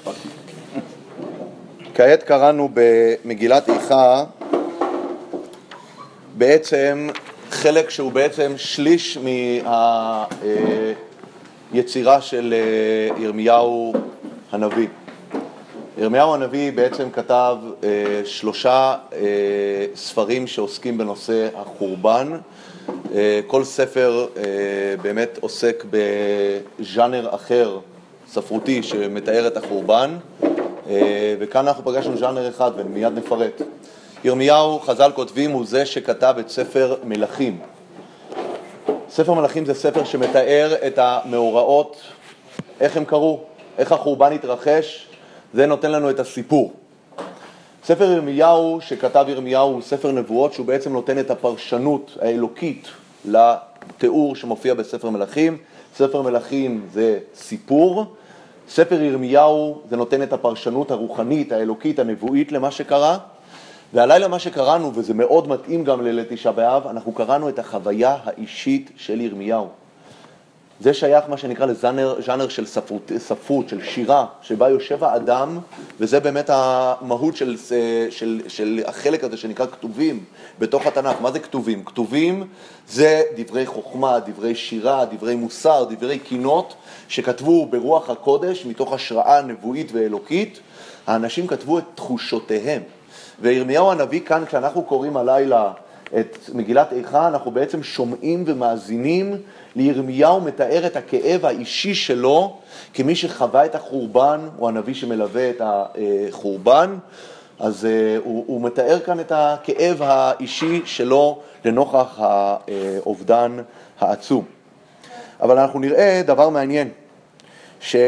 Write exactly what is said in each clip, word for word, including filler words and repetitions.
כעת קראנו במגילת איכה בעצם חלק שהוא בעצם שליש מהיצירה של ירמיהו הנביא. ירמיהו הנביא בעצם כתב שלושה ספרים שעוסקים בנושא החורבן. כל ספר באמת עוסק בז'אנר אחר, ספרותי, שמתאר את החורבן, וכאן אנחנו פגשנו ז'אנר אחד ומיד נפרט. ירמיהו, חז"ל כותבים, הוא זה שכתב את ספר מלכים. ספר מלכים זה ספר שמתאר את המאורעות, איך הם קרו, איך החורבן התרחש, זה נותן לנו את הסיפור. ספר ירמיהו שכתב ירמיהו הוא ספר נבואות שהוא בעצם נותן את הפרשנות האלוקית לתיאור שמופיע בספר מלכים. ספר מלכים זה סיפור, ספר ירמיהו זה נותן את הפרשנות הרוחנית, האלוקית, הנבואית למה שקרה. והלילה מה שקראנו, וזה מאוד מתאים גם לליל תשעה באב, אנחנו קראנו את החוויה האישית של ירמיהו. זה שייך מה שנקרא לז'אנר ז'אנר של ספרות, ספרות, של שירה, שבה יושב האדם, וזה באמת המהות של, של, של החלק הזה שנקרא כתובים בתוך התנ"ך. מה זה כתובים? כתובים זה דברי חוכמה, דברי שירה, דברי מוסר, דברי קינות, שכתבו ברוח הקודש, מתוך השראה נבואית ואלוקית. האנשים כתבו את תחושותיהם. וירמיהו הנביא כאן, כשאנחנו קוראים הלילה את מגילת איכה, אנחנו בעצם שומעים ומאזינים לירמיהו מתאר את הכאב האישי שלו, כמי שחווה את החורבן, הוא הנביא שמלווה את החורבן, אז הוא, הוא מתאר כאן את הכאב האישי שלו לנוכח האובדן העצום. אבל אנחנו נראה דבר מעניין, שאם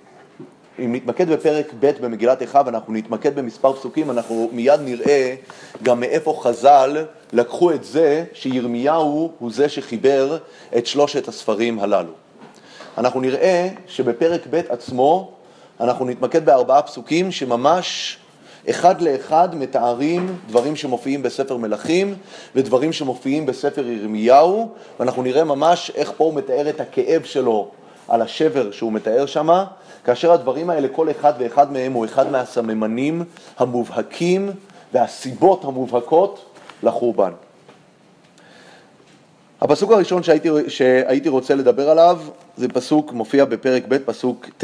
נתמקד בפרק ב' במגילת איכה, ואנחנו נתמקד במספר פסוקים, אנחנו מיד נראה גם מאיפה חז"ל לקחו את זה שירמיהו הוא זה שחיבר את שלושת הספרים הללו. אנחנו נראה שבפרק ב' עצמו אנחנו נתמקד בארבעה פסוקים שממש אחד לאחד מתארים דברים שמופיעים בספר מלכים ודברים שמופיעים בספר ירמיהו, ואנחנו נראה ממש איך פה הוא מתאר את הכאב שלו על השבר שהוא מתאר שמה, כאשר הדברים האלה, כל אחד ואחד מהם הוא אחד מהסממנים המובהקים והסיבות המובהקות לחורבן. הפסוק הראשון שהייתי, שהייתי רוצה לדבר עליו, זה פסוק מופיע בפרק ב', פסוק ט'.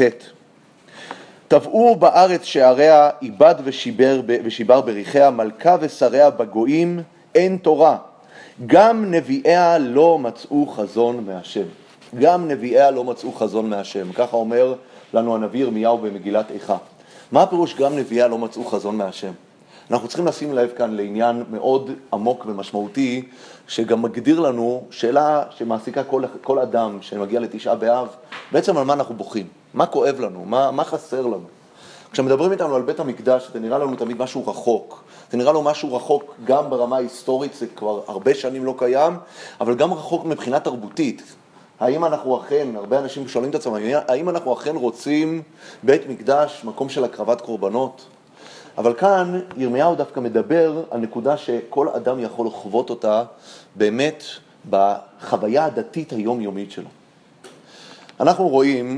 טבעו בארץ שעריה, איבד ושיבר, ושיבר בריחיה, מלכה ושריה בגויים, אין תורה. גם נביאיה לא מצאו חזון מהשם. גם נביאיה לא מצאו חזון מהשם. ככה אומר לנו הנביא ירמיהו במגילת איכה. מה הפירוש גם נביאיה לא מצאו חזון מהשם? אנחנו צריכים לשים לב כאן לעניין מאוד עמוק ומשמעותי, שגם מגדיר לנו שאלה שמעסיקה כל, כל אדם שמגיע לתשעה באב, בעצם על מה אנחנו בוכים, מה כואב לנו, מה, מה חסר לנו. כשמדברים איתנו על בית המקדש, זה נראה לנו תמיד משהו רחוק, זה נראה לנו משהו רחוק גם ברמה ההיסטורית, זה כבר הרבה שנים לא קיים, אבל גם רחוק מבחינה תרבותית. האם אנחנו אכן, הרבה אנשים שואלים את עצמם, האם אנחנו אכן רוצים בית מקדש, מקום של הקרבת קורבנות? אבל כאן ירמיהו דווקא מדבר על נקודה שכל אדם יכול לחוות אותה באמת בחוויה הדתית היומיומית שלו. אנחנו רואים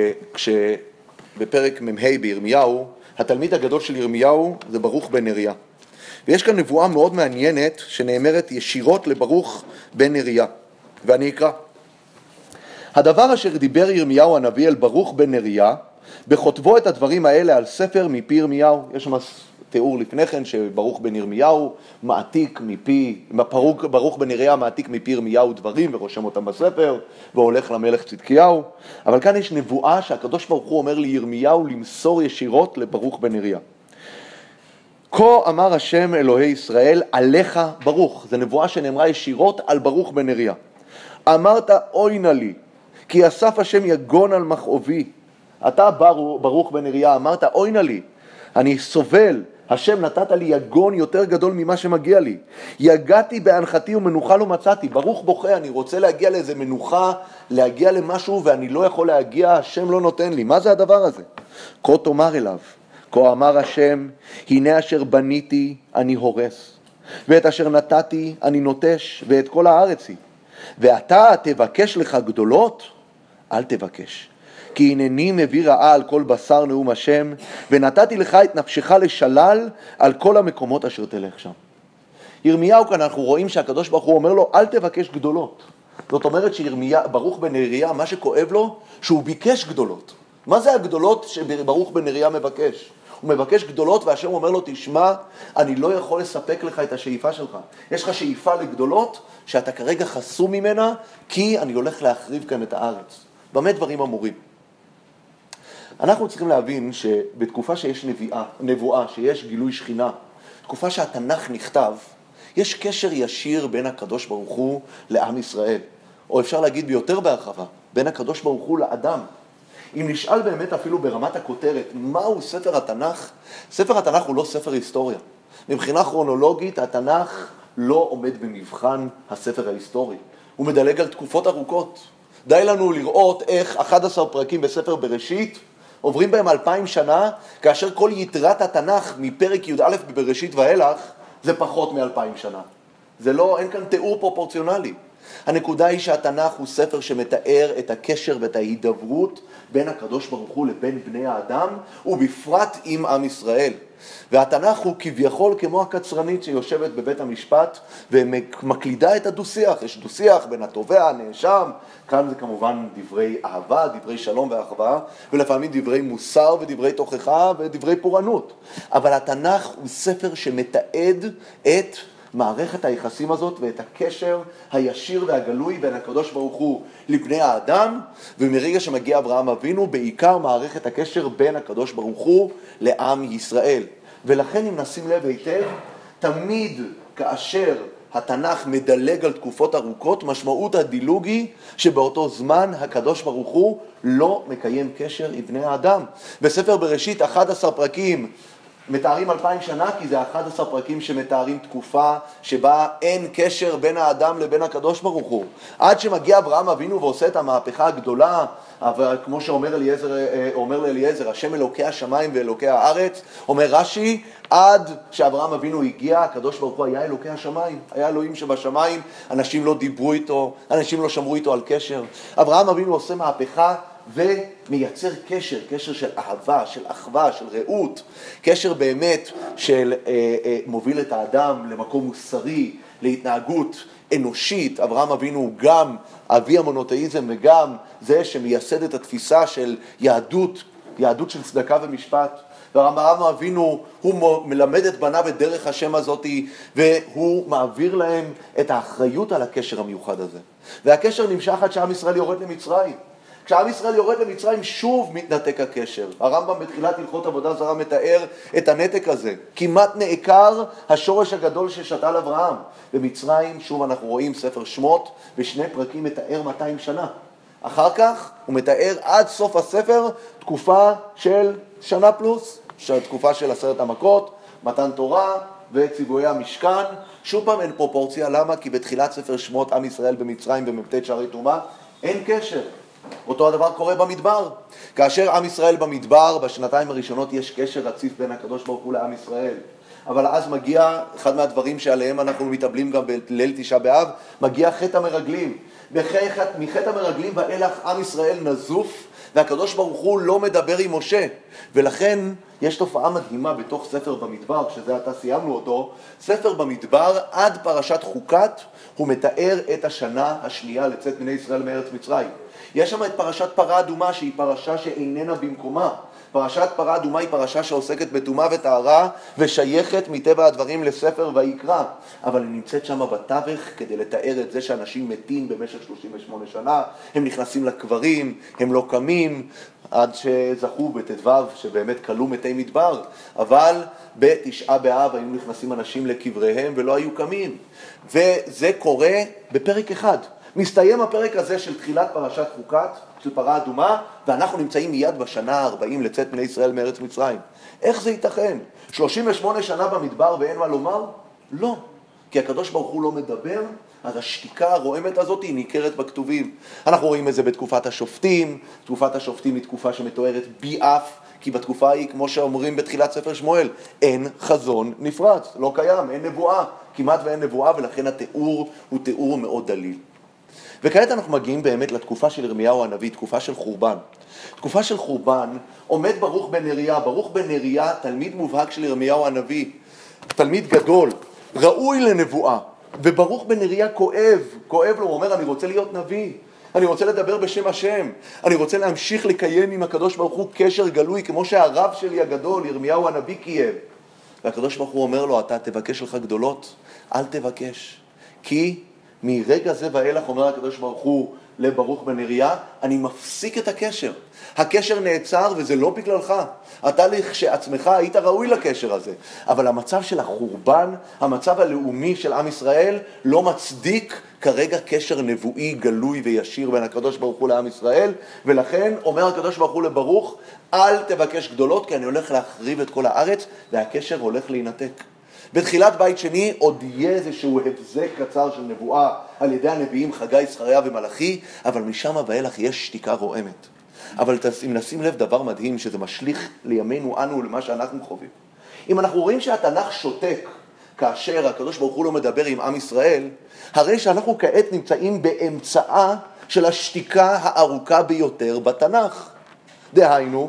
שכשבפרק מ"ה בירמיהו, התלמיד הגדול של ירמיהו זה ברוך בן נריה. ויש כאן נבואה מאוד מעניינת שנאמרת ישירות לברוך בן נריה. ואני אקרא. הדבר אשר דיבר ירמיהו הנביא אל ברוך בן נריה, בכותבו את הדברים האלה על ספר מפי ירמיהו. יש שם תיאור לפני כן שברוך בן ירמיהו מעתיק מפי, ברוך, ברוך בן נריה מעתיק מפי ירמיהו דברים ורושם אותם בספר והולך למלך צדקיהו. אבל כאן יש נבואה שהקדוש ברוך הוא אומר לירמיהו למסור ישירות לברוך בן נריה. כה אמר השם אלוהי ישראל עליך ברוך. זו נבואה שנאמרה ישירות על ברוך בן נריה. אמרת אוי נא לי כי אסף השם יגון על מכאובי. אתה ברוך בן נריה אמרת אוי נא לי, אני סובל, השם נתת לי יגון יותר גדול ממה שמגיע לי. יגעתי בהנחתי ומנוחה לא מצאתי. ברוך בוכה, אני רוצה להגיע לאיזה מנוחה, להגיע למשהו ואני לא יכול להגיע, השם לא נותן לי. מה זה הדבר הזה? כה תאמר אליו, כה אמר השם, הנה אשר בניתי אני הורס, ואת אשר נתתי אני נוטש, ואת כל הארץ היא. ואתה תבקש לך גדולות, אל תבקש. כי הנני מביא רעה על כל בשר נאום השם, ונתתי לך את נפשך לשלל על כל המקומות אשר תלך שם. ירמיהו כאן אנחנו רואים שהקדוש ברוך הוא אומר לו, אל תבקש גדולות. זאת אומרת שירמיה, ברוך בן נריה, מה שכואב לו, שהוא ביקש גדולות. מה זה הגדולות שברוך בן נריה מבקש? הוא מבקש גדולות והשם אומר לו, תשמע, אני לא יכול לספק לך את השאיפה שלך. יש לך שאיפה לגדולות שאתה כרגע חסום ממנה, כי אני הולך להחריב כאן את הארץ. במה דברים אמורים? אנחנו צריכים להבין שבתקופה שיש נביאה, נבואה, שיש גילוי שכינה, תקופה שהתנ"ך נכתב, יש קשר ישיר בין הקדוש ברוך הוא לעם ישראל. או אפשר להגיד ביותר בהרחבה, בין הקדוש ברוך הוא לאדם. אם נשאל באמת אפילו ברמת הכותרת, מהו ספר התנ"ך? ספר התנ"ך הוא לא ספר היסטוריה. מבחינה כרונולוגית, התנ"ך לא עומד במבחן הספר ההיסטורי. הוא מדלג על תקופות ארוכות. די לנו לראות איך אחד עשר פרקים בספר בראשית, עוברים בהם אלפיים שנה, כאשר כל יתרת התנ"ך מפרק י"א בבראשית ואילך, זה פחות מאלפיים שנה. זה לא, אין כאן תיאור פרופורציונלי. הנקודה היא שהתנ"ך הוא ספר שמתאר את הקשר ואת ההידברות בין הקדוש ברוך הוא לבין בני האדם, ובפרט עם עם ישראל. והתנ"ך הוא כביכול כמו הקצרנית שיושבת בבית המשפט ומקלידה את הדו-שיח. יש דו-שיח בין התובע, הנאשם, כאן זה כמובן דברי אהבה, דברי שלום ואחווה, ולפעמים דברי מוסר ודברי תוכחה ודברי פורענות. אבל התנ"ך הוא ספר שמתעד את מערכת היחסים הזאת ואת הקשר הישיר והגלוי בין הקדוש ברוך הוא לבני האדם, ומרגע שמגיע אברהם אבינו, בעיקר מערכת הקשר בין הקדוש ברוך הוא לעם ישראל. ולכן אם נשים לב היטב, תמיד כאשר התנ"ך מדלג על תקופות ארוכות, משמעות הדילוג היא שבאותו זמן הקדוש ברוך הוא לא מקיים קשר עם בני האדם. בספר בראשית אחד עשר פרקים מתארים אלפיים שנה, כי זה אחד עשר פרקים שמתארים תקופה שבה אין קשר בין האדם לבין הקדוש ברוך הוא. עד שמגיע אברהם אבינו ועושה את המהפכה הגדולה, אבל כמו שאומר אליעזר, אומר לאליעזר, השם אלוקי השמיים ואלוקי הארץ, אומר רש"י, עד שאברהם אבינו הגיע, הקדוש ברוך הוא היה אלוקי השמיים, היה אלוהים שבשמיים, אנשים לא דיברו איתו, אנשים לא שמרו איתו על קשר. אברהם אבינו עושה מהפכה ומייצר קשר, קשר של אהבה, של אחווה, של רעות, קשר באמת של אה, אה, מוביל את האדם למקום מוסרי, להתנהגות אנושית. אברהם אבינו הוא גם אבי המונותאיזם וגם זה שמייסד את התפיסה של יהדות, יהדות של צדקה ומשפט. ואברהם אבינו הוא מלמד את בניו את דרך השם הזאת, והוא מעביר להם את האחריות על הקשר המיוחד הזה. והקשר נמשך עד שעם ישראל יורד למצרים. כשעם ישראל יורד למצרים שוב מתנתק הקשר. הרמב"ם בתחילת הלכות עבודה זרה מתאר את הנתק הזה. כמעט נעקר השורש הגדול ששתל אברהם. במצרים שוב אנחנו רואים ספר שמות, בשני פרקים מתאר מאתיים שנה. אחר כך הוא מתאר עד סוף הספר תקופה של שנה פלוס, תקופה של עשרת המכות, מתן תורה וציווי המשכן. שוב פעם אין פרופורציה, למה? כי בתחילת ספר שמות עם ישראל במצרים במ"ט שערי טומאה אין קשר. אותו הדבר קורה במדבר. כאשר עם ישראל במדבר, בשנתיים הראשונות יש קשר רציף בין הקדוש ברוך הוא לעם ישראל. אבל אז מגיע, אחד מהדברים שעליהם אנחנו מתאבלים גם בליל תשעה באב, מגיע חטא המרגלים. מחטא המרגלים ואילך עם ישראל נזוף, והקדוש ברוך הוא לא מדבר עם משה. ולכן יש תופעה מדהימה בתוך ספר במדבר, שזה עתה סיימנו אותו. ספר במדבר עד פרשת חוקת, הוא מתאר את השנה השנייה לצאת בני ישראל מארץ מצרים. יש שם את פרשת פרה אדומה, שהיא פרשה שאיננה במקומה. פרשת פרה אדומה היא פרשה שעוסקת בטומאה וטהרה, ושייכת מטבע הדברים לספר ויקרא. אבל היא נמצאת שם בתווך כדי לתאר את זה שאנשים מתים במשך שלושים ושמונה שנה, הם נכנסים לקברים, הם לא קמים, עד שזכו בט"ו שבאמת קלו מתי מדבר. אבל בתשעה באב היו נכנסים אנשים לקבריהם ולא היו קמים. וזה קורה בפרק אחד. מסתיים הפרק הזה של תחילת פרשת חוקת, של פרה אדומה, ואנחנו נמצאים מיד בשנה ה-ארבעים לצאת בני ישראל מארץ מצרים. איך זה ייתכן? שלושים ושמונה שנה במדבר ואין מה לומר? לא. כי הקדוש ברוך הוא לא מדבר, אז השתיקה הרועמת הזאת היא ניכרת בכתובים. אנחנו רואים את זה בתקופת השופטים. תקופת השופטים היא תקופה שמתוארת ביעף, כי בתקופה היא, כמו שאומרים בתחילת ספר שמואל, אין חזון נפרץ, לא קיים, אין נבואה, כמעט ואין נבואה, ולכן התיאור הוא תיאור מאוד דליל. וכעת אנחנו מגיעים באמת לתקופה של ירמיהו הנביא, תקופה של חורבן. תקופה של חורבן עומד ברוך בן נריה, ברוך בן נריה, תלמיד מובהק של ירמיהו הנביא, תלמיד גדול, ראוי לנבואה, וברוך בן נריה כואב, כואב לו, הוא אומר, אני רוצה להיות נביא, אני רוצה לדבר בשם השם, אני רוצה להמשיך לקיים עם הקדוש ברוך הוא קשר גלוי, כמו שהרב שלי הגדול, ירמיהו הנביא קיים. והקדוש ברוך הוא אומר לו, אתה תבקש לך גדולות, אל תבקש, כי מרגע זה ואילך, אומר הקדוש ברוך הוא לברוך בן נריה, אני מפסיק את הקשר. הקשר נעצר וזה לא בגללך. אתה כשעצמך היית ראוי לקשר הזה. אבל המצב של החורבן, המצב הלאומי של עם ישראל, לא מצדיק כרגע קשר נבואי, גלוי וישיר בין הקדוש ברוך הוא לעם ישראל, ולכן אומר הקדוש ברוך הוא לברוך, אל תבקש גדולות, כי אני הולך להחריב את כל הארץ, והקשר הולך להינתק. בתחילת בית שני עוד יהיה איזשהו הבזק קצר של נבואה על ידי הנביאים חגי, זכריה ומלאכי, אבל משם ואילך יש שתיקה רועמת. אבל אם נשים לב דבר מדהים שזה משליך לימינו אנו למה שאנחנו חווים. אם אנחנו רואים שהתנ"ך שותק כאשר הקדוש ברוך הוא לא מדבר עם עם ישראל, הרי שאנחנו כעת נמצאים באמצעה של השתיקה הארוכה ביותר בתנ"ך. דהיינו,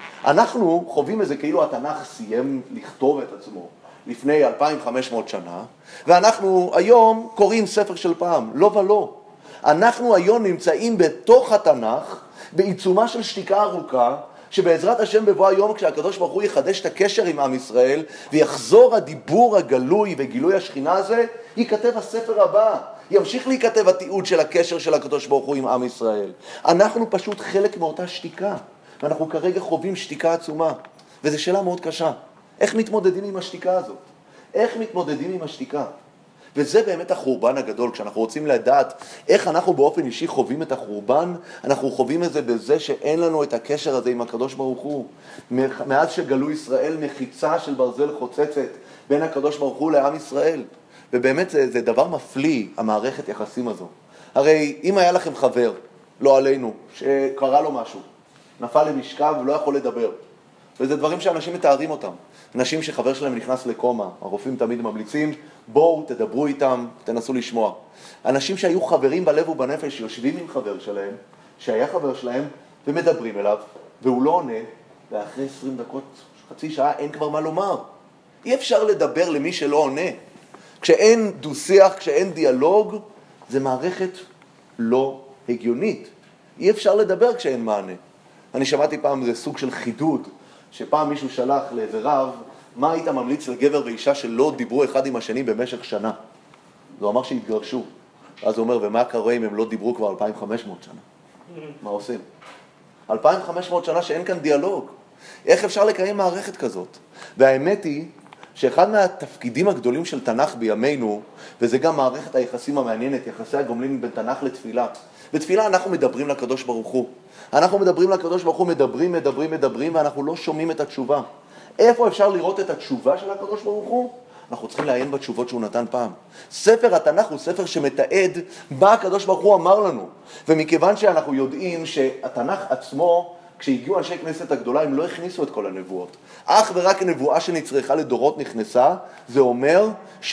אנחנו חווים איזה כאילו התנ"ך סיים לכתוב את עצמו לפני אלפיים וחמש מאות שנה, ואנחנו היום קוראים ספר של פעם, לא ולא. אנחנו היום נמצאים בתוך התנ"ך, בעיצומה של שתיקה ארוכה, שבעזרת השם בבוא היום, כשהקדוש ברוך הוא יחדש את הקשר עם עם ישראל, ויחזור הדיבור הגלוי וגילוי השכינה הזה, ייכתב הספר הבא. ימשיך להיכתב התיעוד של הקשר של הקדוש ברוך הוא עם עם ישראל. אנחנו פשוט חלק מאותה שתיקה, ואנחנו כרגע חווים שתיקה עצומה, וזו שאלה מאוד קשה. איך מתמודדים עם השתיקה הזאת? איך מתמודדים עם השתיקה? וזה באמת החורבן הגדול. כשאנחנו רוצים לדעת איך אנחנו באופן אישי חווים את החורבן, אנחנו חווים את זה בזה שאין לנו את הקשר הזה עם הקדוש ברוך הוא. מאז שגלו ישראל מחיצה של ברזל חוצצת בין הקדוש ברוך הוא לעם ישראל. ובאמת זה, זה דבר מפליא, המערכת יחסים הזו. הרי אם היה לכם חבר, לא עלינו, שקרה לו משהו, נפל למשכב ולא יכול לדבר, וזה דברים שאנשים מתארים אותם. אנשים שחבר שלהם נכנס לקומה, הרופאים תמיד ממליצים, בואו תדברו איתם, תנסו לשמוע. אנשים שהיו חברים בלב ובנפש, יושבים עם חבר שלהם, שהיה חבר שלהם, ומדברים אליו, והוא לא עונה, ואחרי עשרים דקות, חצי שעה, אין כבר מה לומר. אי אפשר לדבר למי שלא עונה. כשאין דו-שיח, כשאין דיאלוג, זה מערכת לא הגיונית. אי אפשר לדבר כשאין מענה. אני שמעתי פעם, זה סוג של חידוד, שפעם מישהו שלח לאיזה רב, מה היית ממליץ לגבר ואישה שלא דיברו אחד עם השני במשך שנה? הוא אמר שהתגרשו. אז הוא אומר, ומה קורה אם הם לא דיברו כבר אלפיים וחמש מאות שנה? מה עושים? אלפיים וחמש מאות שנה שאין כאן דיאלוג. איך אפשר לקיים מערכת כזאת? והאמת היא שאחד מהתפקידים הגדולים של תנ"ך בימינו, וזה גם מערכת היחסים המעניינת, יחסי הגומלין בין תנ"ך לתפילה. בתפילה אנחנו מדברים לקדוש ברוך הוא. אנחנו מדברים לקדוש ברוך הוא, מדברים, מדברים, מדברים, ואנחנו לא שומעים את התשובה. איפה אפשר לראות את התשובה של הקדוש ברוך הוא? אנחנו צריכים לעיין בתשובות שהוא נתן פעם. ספר התנ"ך הוא ספר שמתעד מה הקדוש ברוך הוא אמר לנו. ומכיוון שאנחנו יודעים שהתנ"ך עצמו, כשהגיעו אנשי כנסת הגדולה, הם לא הכניסו את כל הנבואות. אך ורק הנבואה שנצרכה לדורות נכנסה, זה אומר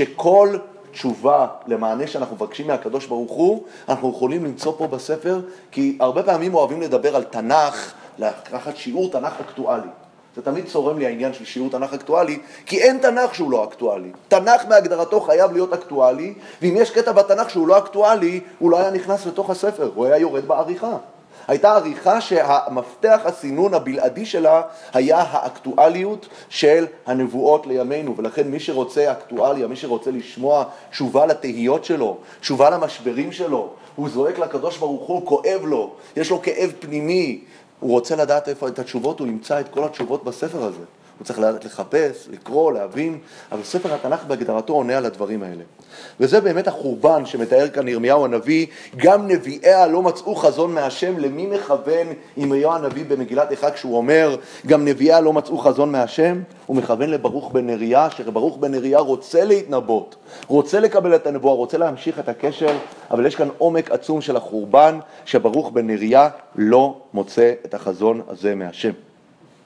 שכל תשובה למענה שאנחנו מבקשים מהקדוש ברוך הוא, אנחנו יכולים למצוא פה בספר, כי הרבה פעמים אוהבים לדבר על תנ"ך, לקחת שיעור תנ"ך אקטואלי. זה תמיד צורם לי העניין של שיעור תנ"ך אקטואלי, כי אין תנ"ך שהוא לא אקטואלי. תנ"ך בהגדרתו חייב להיות אקטואלי, ואם יש קטע בתנ"ך שהוא לא אקטואלי, הוא לא היה נכנס לתוך הספר, הוא היה יורד בעריכה. הייתה עריכה שהמפתח הסינון הבלעדי שלה היה האקטואליות של הנבואות לימינו, ולכן מי שרוצה אקטואליה, מי שרוצה לשמוע תשובה לתהיות שלו, תשובה למשברים שלו, הוא זועק לקדוש ברוך הוא, כואב לו, יש לו כאב פנימי, הוא רוצה לדעת איפה את התשובות, הוא ימצא את כל התשובות בספר הזה. הוא צריך לדעת לחפש, לקרוא, להבין, אבל ספר התנ"ך בהגדרתו עונה על הדברים האלה. וזה באמת החורבן שמתאר כאן ירמיהו הנביא, גם נביאיה לא מצאו חזון מהשם. למי מכוון ירמיהו הנביא במגילת איכה כשהוא אומר, גם נביאיה לא מצאו חזון מהשם? הוא מכוון לברוך בן נריה, שברוך בן נריה רוצה להתנבאות, רוצה לקבל את הנבואה, רוצה להמשיך את הקשר, אבל יש כאן עומק עצום של החורבן, שברוך בן נריה לא מוצא את החזון הזה מהשם.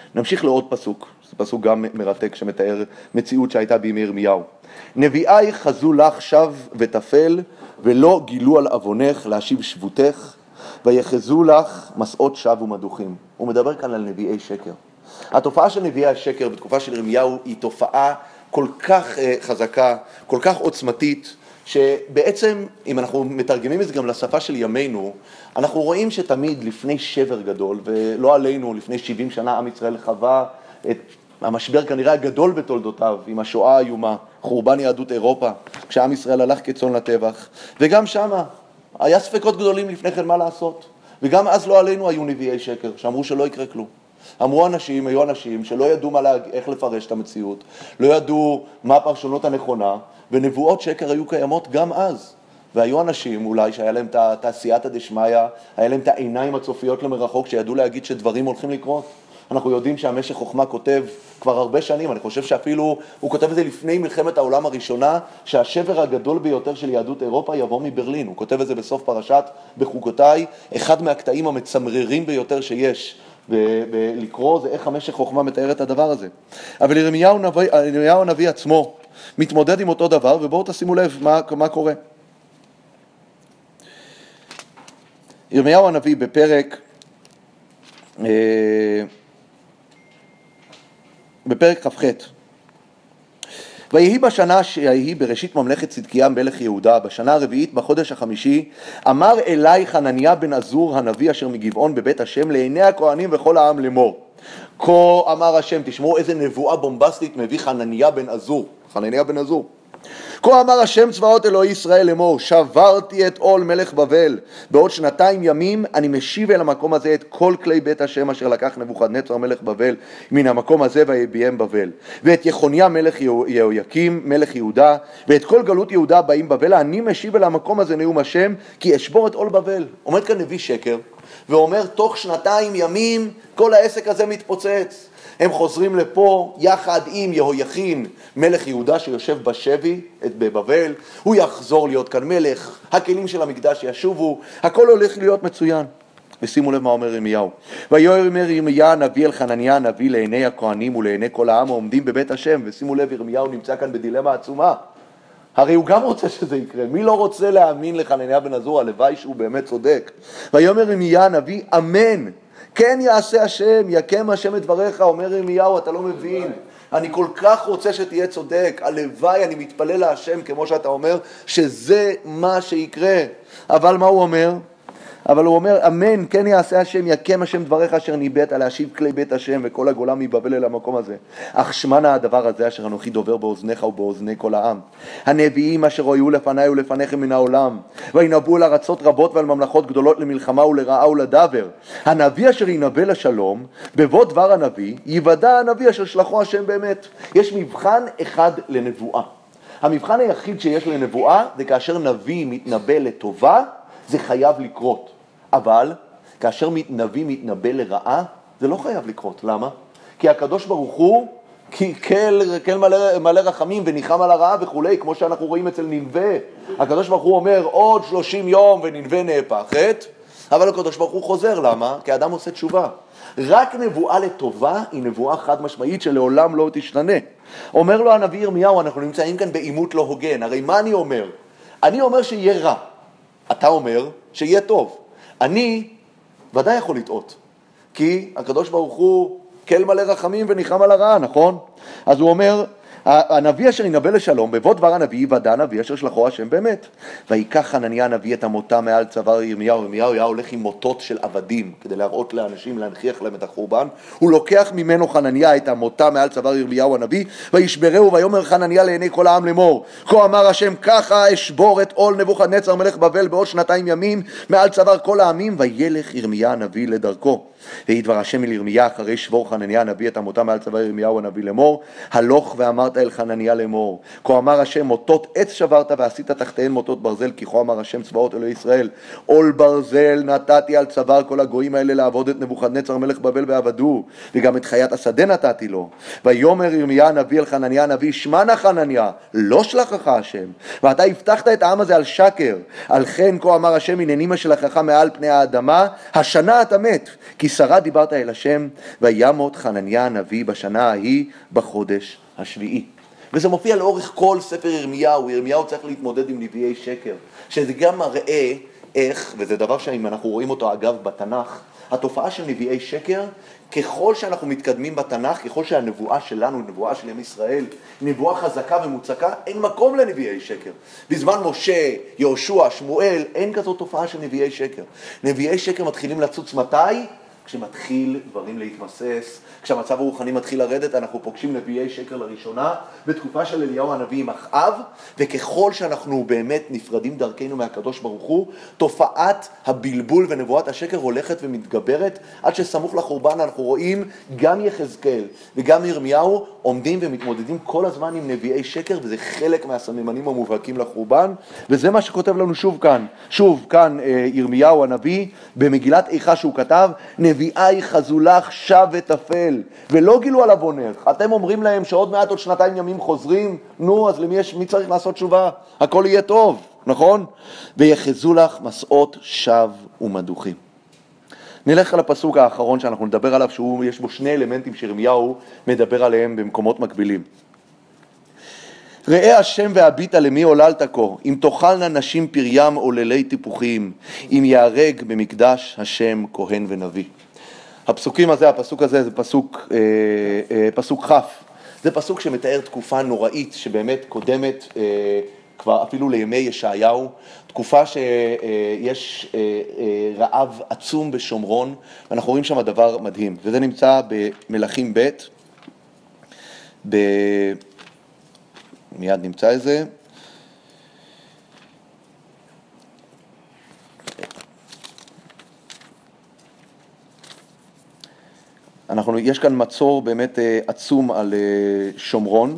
נמשיך לעוד פסוק, זה פסוק גם מרתק שמתאר מציאות שהייתה בימי ירמיהו. נביאי חזו לך שב ותפל, ולא גילו על אבונך להשיב שבותך, ויחזו לך מסעות שב ומדוחים. הוא מדבר כאן על נביאי שקר. התופעה של נביאי השקר בתקופה של ירמיהו היא תופעה כל כך uh, חזקה, כל כך עוצמתית, שבעצם אם אנחנו מתרגמים את זה גם לשפה של ימינו, אנחנו רואים שתמיד לפני שבר גדול, ולא עלינו, לפני שבעים שנה עם ישראל חווה את המשבר כנראה הגדול בתולדותיו, עם השואה האיומה, חורבן יהדות אירופה, כשעם ישראל הלך כצאן לטבח, וגם שמה היה ספקות גדולים לפני כן מה לעשות, וגם אז לא עלינו היו נביאי שקר, שאמרו שלא יקרה כלום. אמרו אנשים, היו אנשים שלא ידעו מה, איך לפרש את המציאות, לא ידעו מה הפרשנות הנכונה, ונבואות שקר היו קיימות גם אז. והיו אנשים אולי שהיה להם את תעשייתא דשמיא, היה להם את העיניים הצופיות למרחוק, שידעו להגיד שדברים הולכים לקרות. אנחנו יודעים שהמשך חוכמה כותב כבר הרבה שנים, אני חושב שאפילו הוא כותב את זה לפני מלחמת העולם הראשונה, שהשבר הגדול ביותר של יהדות אירופה יבוא מברלין. הוא כותב את זה בסוף פרשת בחוקותיי, אחד מהקטעים המצמררים ביותר שיש ולקרוא, זה איך המשך חוכמה מתאר את הדבר הזה. אבל ירמיהו הנביא, ירמיהו הנביא עצמו מתמודד עם אותו דבר, ובואו תשימו לב מה, מה קורה. ירמיהו הנביא בפרק בפרק כ"ח, ויהי בשנה שהיא בראשית ממלכת צדקיה מלך יהודה, בשנה הרביעית בחודש החמישי, אמר אלי חנניה בן עזור הנביא אשר מגבעון בבית השם לעיני הכהנים וכל העם לאמור. כה אמר השם, תשמעו איזה נבואה בומבסטית מביא חנניה בן עזור, חנניה בן עזור. כה אמר השם צבאות אלוהי ישראל לאמור, שברתי את עול מלך בבל, בעוד שנתיים ימים אני משיב אל המקום הזה את כל כלי בית השם אשר לקח נבוכדנצר מלך בבל מן המקום הזה ויביאם בבל, ואת יחוניה מלך יהויקים מלך יהודה, ואת כל גלות יהודה באים בבל, אני משיב אל המקום הזה נאום השם, כי אשבור את עול בבל. עומד כאן נביא שקר ואומר תוך שנתיים ימים כל העסק הזה מתפוצץ. הם חוזרים לפה יחד עם יהויכין מלך יהודה שיושב בשבי בבבל, הוא יחזור להיות כאן מלך, הכלים של המקדש ישובו, הכל הולך להיות מצוין. ושימו לב מה אומר ירמיהו. ויאמר ירמיה הנביא אל חנניה הנביא לעיני הכהנים ולעיני כל העם העומדים בבית השם, ושימו לב ירמיהו נמצא כאן בדילמה עצומה. הרי הוא גם רוצה שזה יקרה, מי לא רוצה להאמין לחנניה בן עזור? הלוואי שהוא באמת צודק. ויאמר ירמיה הנביא אמן, כן יעשה השם, יקם השם את דבריך. אומר ירמיהו, אתה לא מבין, אני כל כך רוצה שתהיה צודק, הלוואי, אני מתפלל להשם כמו שאתה אומר, שזה מה שיקרה. אבל מה הוא אומר? אבל הוא אומר, אמן, כן יעשה השם, יקם השם דבריך אשר ניבאת, להשיב כלי בית השם וכל הגולה מבבל אל המקום הזה. אך שמנה הדבר הזה אשר אנוכי דובר באוזניך ובאוזני כל העם. הנביאים אשר היו לפניי ולפניכם מן העולם, וינבאו על ארצות רבות ועל ממלכות גדולות למלחמה ולרעה ולדבר. הנביא אשר ינבא לשלום, בבוא דבר הנביא, יוודע הנביא אשר שלחו השם באמת. יש מבחן אחד לנבואה. המבחן היחיד שיש לנבואה זה כאשר נביא מתנבא לטובה, זה חייב לקרות. אבל כאשר נביא מתנבא לרעה, זה לא חייב לקרות. למה? כי הקדוש ברוך הוא, כי כל, כל מלא, מלא רחמים וניחם על הרעה וכולי, כמו שאנחנו רואים אצל ננבה. הקדוש ברוך הוא אומר עוד שלושים יום וננבה נהפכת, אבל הקדוש ברוך הוא חוזר. למה? כי האדם עושה תשובה. רק נבואה לטובה היא נבואה חד משמעית שלעולם לא תשתנה. אומר לו הנביא ירמיהו, אנחנו נמצאים כאן בעימות לא הוגן. הרי מה אני אומר? אני אומר שיהיה רע. אתה אומר שיהיה טוב. אני ודאי יכול לטעות, כי הקדוש ברוך הוא כל מלא רחמים וניחם על הרעה, נכון? אז הוא אומר, הנביא אשר ינבא לשלום, בבוא דבר הנביא יוודע הנביא אשר שלחו השם באמת. ויקח חנניה הנביא את המותה מעל צוואר ירמיהו. ירמיהו היה הולך עם מוטות של עבדים כדי להראות לאנשים, להנכיח להם את החורבן. הוא לוקח ממנו חנניה את המותה מעל צוואר ירמיהו הנביא, וישברהו ויאמר חנניה לעיני כל העם לאמור, כה אמר השם, ככה אשבור את עול נבוכדנצר מלך בבל בעוד שנתיים ימים מעל צוואר כל העמים. וילך ירמיה הנביא לדרכו. ויהי דבר השם אל ירמיה אחרי שבור חנניה הנביא את המותה מעל צוואר ירמיהו הנביא לאמור, הלוך ואמרת אל חנניה לאמור, כה אמר השם, מוטות עץ שברת ועשית תחתיהן מוטות ברזל, כי כה אמר השם צבאות אלוהי ישראל, עול ברזל נתתי על צוואר כל הגויים האלה לעבוד את נבוכדנצר מלך בבל ועבדו, וגם את חיית השדה נתתי לו. ויאמר ירמיה הנביא אל חנניה הנביא, שמע נא חנניה, לא שלחך השם, ואתה הבטחת את העם הזה על שקר. על כן כה אמר השם, הנני משלחך מעל פני האדמה, השנה אתה מת, כי כי שרה דיברת אל השם, וימות חנניה הנביא בשנה ההיא בחודש השביעי. וזה מופיע לאורך כל ספר ירמיהו. ירמיהו צריך להתמודד עם נביאי שקר, שזה גם מראה איך, וזה דבר שאם אנחנו רואים אותו אגב בתנ"ך, התופעה של נביאי שקר, ככל שאנחנו מתקדמים בתנ"ך, ככל שהנבואה שלנו, נבואה של עם ישראל, נבואה חזקה ומוצקה, אין מקום לנביאי שקר. בזמן משה, יהושע, שמואל, אין כזאת תופעה של נביאי שקר. נביאי שקר מתחילים לצוץ מתי? כשמתחיל דברים להתמסס, כשהמצב הרוחני מתחיל לרדת, אנחנו פוגשים נביאי שקר לראשונה, בתקופה של אליהו הנביא עם אחאב, וככל שאנחנו באמת נפרדים דרכנו מהקדוש ברוך הוא, תופעת הבלבול ונבואת השקר הולכת ומתגברת, עד שסמוך לחורבן אנחנו רואים גם יחזקאל וגם ירמיהו עומדים ומתמודדים כל הזמן עם נביאי שקר, וזה חלק מהסממנים המובהקים לחורבן, וזה מה שכותב לנו שוב כאן, שוב כאן ירמיהו הנביא, במגילת איכה שהוא כתב, נביאי חזו לך שב ותפל, ולא גילו עליו עונך. אתם אומרים להם שעוד מעט עוד שנתיים ימים חוזרים, נו, אז למי יש, מי צריך לעשות תשובה? הכל יהיה טוב, נכון? ויחזו לך מסעות שב ומדוחים. נלך על הפסוק האחרון שאנחנו נדבר עליו, שיש בו שני אלמנטים שירמיהו מדבר עליהם במקומות מקבילים. ראה השם והביטה למי עוללת כה, אם תאכלנה נשים פריים עוללי טיפוחים, אם יהרג במקדש השם כהן ונביא. הפסוקים הזה, הפסוק הזה זה פסוק, אה, אה, פסוק חף. זה פסוק שמתאר תקופה נוראית שבאמת קודמת אה, כבר אפילו לימי ישעיהו, תקופה שיש אה, אה, רעב עצום בשומרון, ואנחנו רואים שם דבר מדהים, וזה נמצא במלכים ב' ב... מיד נמצא את זה. אנחנו, יש כאן מצור באמת עצום על שומרון,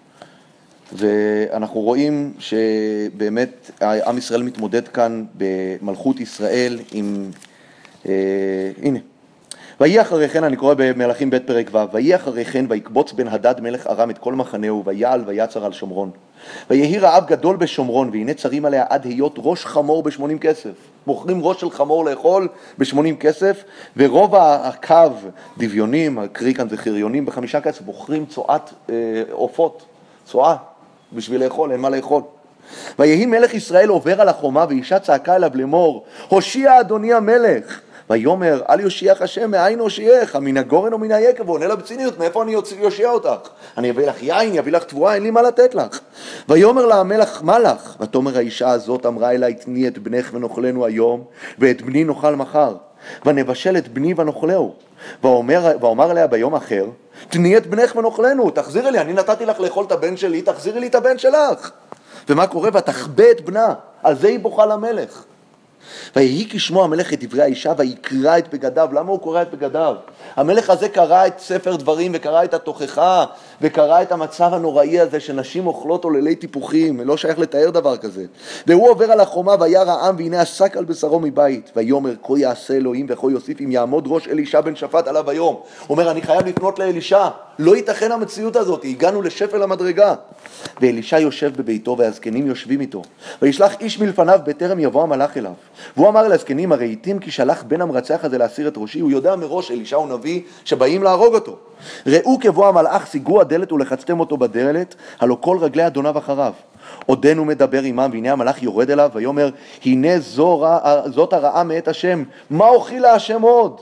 ואנחנו רואים שבאמת עם ישראל מתמודד כאן במלכות ישראל עם, אה, הנה, ויהי אחרי כן, אני קורא במלכים ב' פרק ו', ויהי אחרי כן ויקבוץ בן הדד מלך ארם את כל מחנהו, ויעל ויצר על שומרון. ויהי רעב גדול בשומרון, והנה צרים עליה עד היות ראש חמור בשמונים כסף. מוכרים ראש של חמור לאכול בשמונים כסף, ורוב הקו דביונים, הקרי כאן זה חריונים בחמישה כסף, מוכרים צועת אה, עופות, צועה, בשביל לאכול, אין מה לאכול. ויהי מלך ישראל עובר על החומה, ואישה צעקה אליו לאמור, הושיע אדוני המלך. ויאמר, אל יושיעך השם, מאין הושיעך, מן הגורן או מן היקב? הוא עונה לה בציניות, מאיפה אני יושיע אותך? אני אביא לך יין, אביא לך תבואה, אין לי מה לתת לך. ויאמר לה המלך, מה לך? ותאמר האישה הזאת, אמרה אליי, תני את בנך ונאכלנו היום, ואת בני נאכל מחר. ונבשל את בני ונאכלהו. ואומר, ואומר אליה ביום אחר, תני את בנך ונאכלנו, תחזירי לי, אני נתתי לך לאכול את הבן שלי, תחזירי לי את הבן שלך. ומה קורה? ותחבא את בנה, על זה היא בוכה למלך. ויהי כשמוע המלך את דברי האישה ויקרא את בגדיו. למה הוא קורא את בגדיו? המלך הזה קרא את ספר דברים וקרא את התוכחה וקרא את המצב הנוראי הזה שנשים אוכלות עוללי טיפוחים, לא שייך לתאר דבר כזה. והוא עובר על החומה וירא העם, והנה עסק על בשרו מבית. ויאמר, כה יעשה אלוהים וכה יוסיף אם יעמוד ראש אלישע בן שפט עליו היום. הוא אומר, אני חייב לפנות לאלישע, לא ייתכן המציאות הזאת, הגענו לשפל המדרגה. ואלישע יושב בביתו והזקנים יושבים איתו, וישלח איש מלפניו בטרם יבוא המלאך אליו. והוא אמר לזקנים, הראיתים כי שלח בן המרצח הזה להסיר את ראשי? הוא יודע מראש, אלישע הוא נביא, שבאים להרוג אותו. ראו כבוא המלאך, שיגו הדלת ולחצתם אותו בדלת, הלא כל רגלי אדוניו אחריו. עודנו מדבר עמם, והנה המלאך יורד אליו, ויאמר, הנה זו רע, זאת הרעה מאת השם, מה אוכיל השם עוד?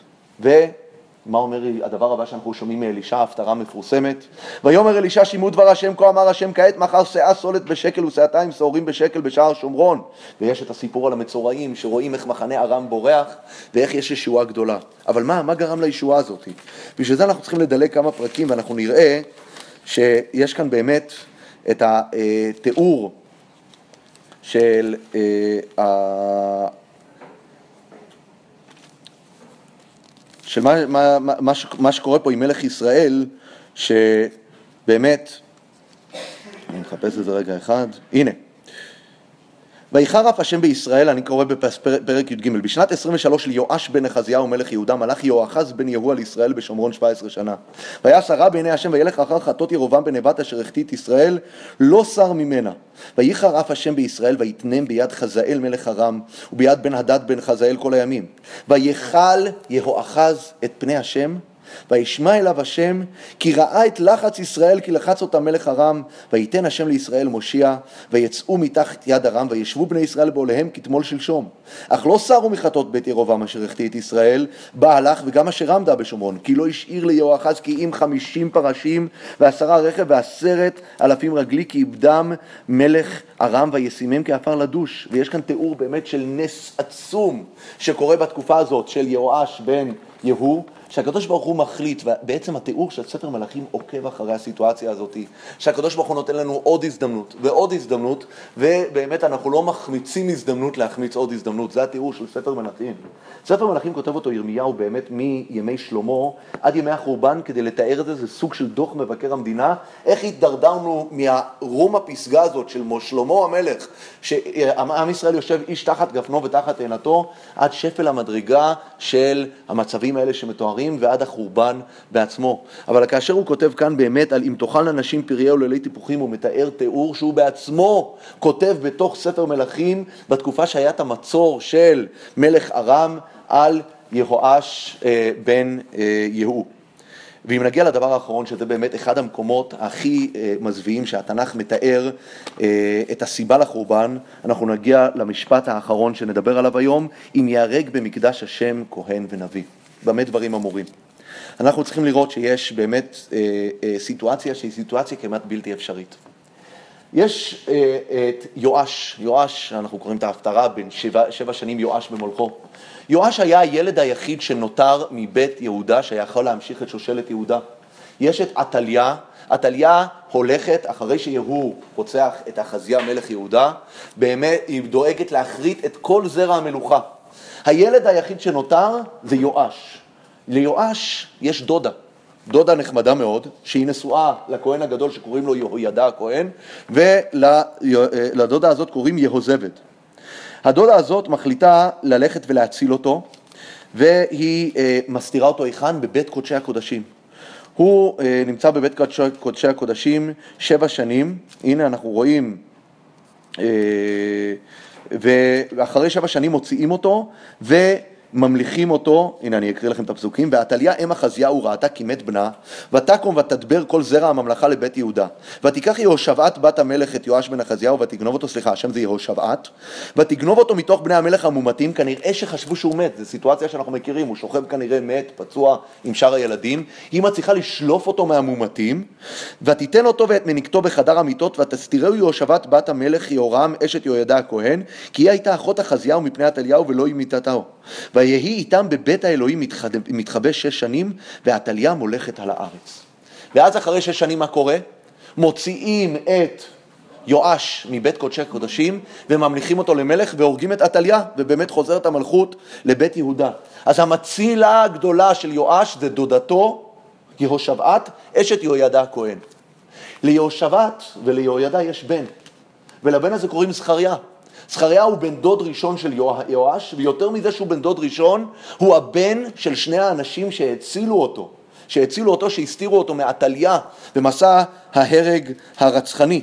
ומה אומר הדבר הבא שאנחנו שומעים מאלישע, הפטרה מפורסמת? ויאמר אלישע, שמעו דבר השם, כה אמר השם, כעת מחר שאה סולת בשקל ושאתיים שעורים בשקל בשער שומרון. ויש את הסיפור על המצורעים שרואים איך מחנה ארם בורח ואיך יש ישועה גדולה. אבל מה, מה גרם לישועה הזאת? בשביל זה אנחנו צריכים לדלג כמה פרקים, ואנחנו נראה שיש כאן באמת את התיאור של ה... של מה, מה, מה, מה שקורה פה עם מלך ישראל, שבאמת, אני מחפש את זה רגע אחד, הנה, ויחר אף השם בישראל, אני קורא בפרק י"ג, בשנת עשרים ושלוש ליואש בן אחזיהו מלך יהודה, מלך יהואחז בן יהוא על ישראל בשומרון שבע עשרה שנה. ויעש הרע בעיני השם וילך אחר חטאות ירבעם בן נבט אשר החטיא את ישראל, לא סר ממנה. ויחר אף השם בישראל ויתנם ביד חזאל מלך ארם וביד בן הדד בן חזאל כל הימים. ויחל יהואחז את פני השם וישמע אליו השם כי ראה את לחץ ישראל כי לחץ אותם מלך ארם, ויתן השם לישראל מושיע ויצאו מתחת יד ארם וישבו בני ישראל בעוליהם כתמול שלשום. אך לא סרו מחטאות בית ירבעם אשר החטיא את ישראל, בא הלך וגם אשר עמדה בשומרון, כי לא השאיר ליהואחז כי אם חמישים פרשים ועשרה רכב ועשרת אלפים רגלי כי איבדם מלך ארם וישימם כעפר לדוש. ויש כאן תיאור באמת של נס עצום שקורה בתקופה הזאת של יהואש בן יהוא, שהקדוש ברוך הוא מחליט, ובעצם התיאור של ספר מלאכים עוקב אחרי הסיטואציה הזאת, שהקדוש ברוך הוא נותן לנו עוד הזדמנות ועוד הזדמנות, ובאמת אנחנו לא מחמיצים הזדמנות להחמיץ עוד הזדמנות. זה התיאור של ספר מלאכים. ספר מלאכים כותב אותו ירמיהו באמת מימי שלמה עד ימי החורבן, כדי לתאר את זה. זה סוג של דוח מבקר המדינה, איך התדרדרנו מהרום הפסגה הזאת של שלמה המלך, שעם ישראל יושב איש תחת גפנו ותחת עינתו, עד שפל המדרגה של המצבים האלה שמתוארים ועד החורבן בעצמו. אבל כאשר הוא כותב כאן באמת על אם תאכלנה נשים פריה וללי טיפוחים, הוא מתאר תיאור שהוא בעצמו כותב בתוך ספר מלאכים בתקופה שהיה את המצור של מלך ארם על יהואש אה, בן אה, יהוא. ואם נגיע לדבר האחרון, שזה באמת אחד המקומות הכי אה, מזוויעים שהתנ"ך מתאר אה, את הסיבה לחורבן, אנחנו נגיע למשפט האחרון שנדבר עליו היום, אם יהרג במקדש השם כהן ונביא. באמת דברים אמורים. אנחנו צריכים לראות שיש באמת אה, אה, סיטואציה שהיא סיטואציה כמעט בלתי אפשרית. יש אה, את יואש, יואש, אנחנו קוראים את ההפטרה, בין שבע, שבע שנים יואש במולכו. יואש היה הילד היחיד שנותר מבית יהודה, שיכול להמשיך את שושלת יהודה. יש את עתליה, עתליה הולכת אחרי שיהוא רוצח את אחזיה מלך יהודה, באמת היא דואגת להכרית את כל זרע המלוכה. הילד היחיד שנותר זה יואש. ליואש יש דודה, דודה נחמדה מאוד, שהיא נשואה לכהן הגדול שקוראים לו יהוידע הכהן, ולדודה הזאת קוראים יהוזבד. הדודה הזאת מחליטה ללכת ולהציל אותו, והיא מסתירה אותו היכן? בבית קודשי הקודשים. הוא נמצא בבית קודשי הקודשים שבע שנים, הנה אנחנו רואים, ואחרי שבע שנים מוציאים אותו, ו... ממליכים אותו, הנה אני אקריא לכם את הפסוקים, ועתליה אם אחזיהו ראתה כי מת בנה, ותקום ותדבר כל זרע הממלכה לבית יהודה. ותיקח יהושבעת בת המלך את יואש בן אחזיהו ותגנוב אותו, סליחה, השם זה יהושבעת, ותגנוב אותו מתוך בני המלך המומתים, כנראה שחשבו שהוא מת, זו סיטואציה שאנחנו מכירים, הוא שוכב כנראה מת, פצוע עם שאר הילדים, היא מצליחה לשלוף אותו מהמומתים, ותיתן אותו ואת מניקתו בחדר המיטות, ותסתירהו יהושבעת בת המלך יהורם אשת יהוידע הכהן, כי היא הייתה אחות אחזיהו מפני עתליהו ולא היא מיתתו. ויהי איתם בבית האלוהים מתחבא שש שנים, ועתליה מולכת על הארץ. ואז אחרי שש שנים מה קורה? מוציאים את יואש מבית קודשי הקודשים, וממליכים אותו למלך, והורגים את עתליה, ובאמת חוזרת המלכות לבית יהודה. אז המצילה הגדולה של יואש זה דודתו, יהושבעת, אשת יהוידע הכהן. ליהושבעת וליהוידע יש בן, ולבן הזה קוראים זכריה. זכריה הוא בן דוד ראשון של יואש, ויותר מזה שהוא בן דוד ראשון, הוא הבן של שני האנשים שהצילו אותו, שהצילו אותו, שהסתירו אותו מעתליה במסע ההרג הרצחני.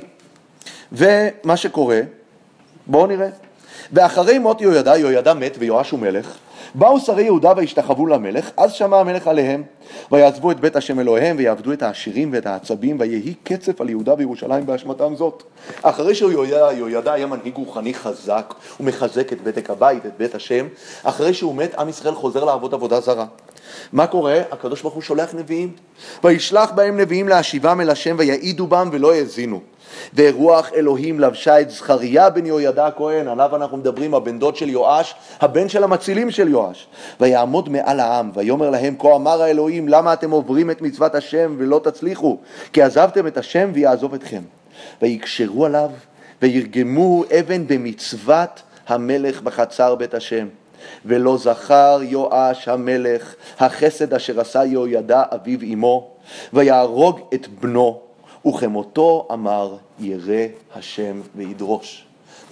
ומה שקורה, בואו נראה. ואחרי מות יהוידע, יהוידע מת ויואש הוא מלך, באו שרי יהודה והשתחוו למלך, אז שמע המלך עליהם, ויעזבו את בית השם אלוהיהם, ויעבדו את העשירים ואת העצבים, ויהי קצף על יהודה וירושלים באשמתם זאת. אחרי שיהוידע היה מנהיג רוחני חזק, הוא מחזק את בדק הבית, את בית השם, אחרי שהוא מת, עם ישראל חוזר לעבוד עבודה זרה. מה קורה? הקדוש ברוך הוא שולח נביאים, וישלח בהם נביאים להשיבם אל השם, ויעידו בם ולא יאזינו. ורוח אלוהים לבשה את זכריה בן יהוידע הכהן, עליו אנחנו מדברים, הבן דוד של יואש, הבן של המצילים של יואש. ויעמוד מעל העם, ויאמר להם, כה אמר האלוהים, למה אתם עוברים את מצוות השם ולא תצליחו? כי עזבתם את השם ויעזוב אתכם. ויקשרו עליו, וירגמו אבן במצוות המלך בחצר בית השם. ולא זכר יואש המלך החסד אשר עשה יהוידע אביו אמו, ויהרוג את בנו. וכמותו אמר ירא השם וידרוש.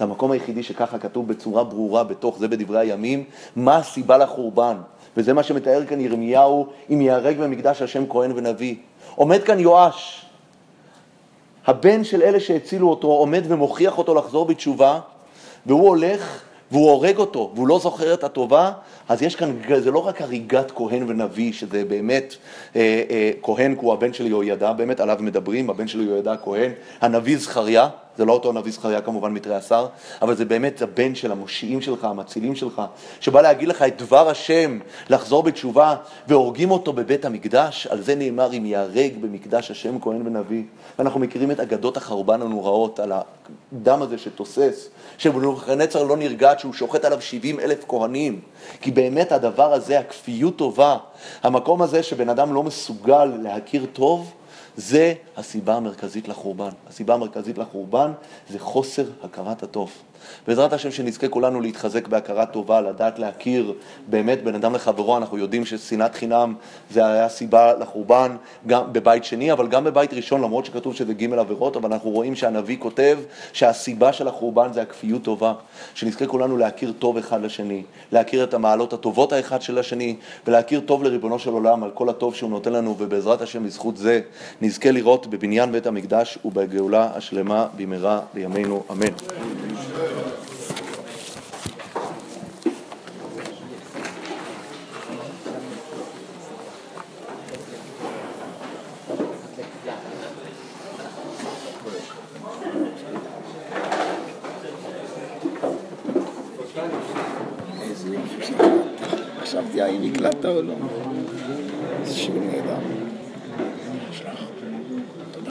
זה המקום היחידי שככה כתוב בצורה ברורה בתוך זה בדברי הימים, מה הסיבה לחורבן. וזה מה שמתאר כאן ירמיהו, אם ייהרג במקדש השם כהן ונביא. עומד כאן יואש, הבן של אלה שהצילו אותו, עומד ומוכיח אותו לחזור בתשובה, והוא הולך והוא הורג אותו, והוא לא זוכר את הטובה. אז יש כאן, זה לא רק הריגת כהן ונביא, שזה באמת, אה, אה, כהן הוא הבן של יהוידע, באמת עליו מדברים, הבן של יהוידע כהן, הנביא זכריה, זה לא אותו הנביא זכריה כמובן מתרי עשר, אבל זה באמת הבן של המושיעים שלך, המצילים שלך, שבא להגיד לך את דבר השם, לחזור בתשובה, והורגים אותו בבית המקדש. על זה נאמר, אם ייהרג במקדש השם כהן ונביא. ואנחנו מכירים את אגדות החורבן הנוראות על הדם הזה שתוסס, שבנבוכדנצר לא נרגע שהוא שוחט עליו שבעים אלף כהנים, כי באמת הדבר הזה, הכפיות טובה, המקום הזה שבן אדם לא מסוגל להכיר טוב, זה הסיבה המרכזית לחורבן. הסיבה המרכזית לחורבן זה חוסר הכרת הטוב. בעזרת השם שנזכה כולנו להתחזק בהכרת טובה, לדעת להכיר באמת בין אדם לחברו. אנחנו יודעים ששנאת חינם זה היה סיבה לחורבן גם בבית שני, אבל גם בבית ראשון, למרות שכתוב שזה ג' עבירות, אבל אנחנו רואים שהנביא כותב שהסיבה של החורבן זה הכפיות טובה. שנזכה כולנו להכיר טוב אחד לשני, להכיר את המעלות הטובות האחד של השני, ולהכיר טוב לריבונו של עולם על כל הטוב שהוא נותן לנו, ובעזרת השם בזכות זה נזכה לראות בבניין בית המקדש ובגאולה השלמה במהרה בימינו אמן. חשבתי האם הקלטת או לא. זה שיעור נהדר.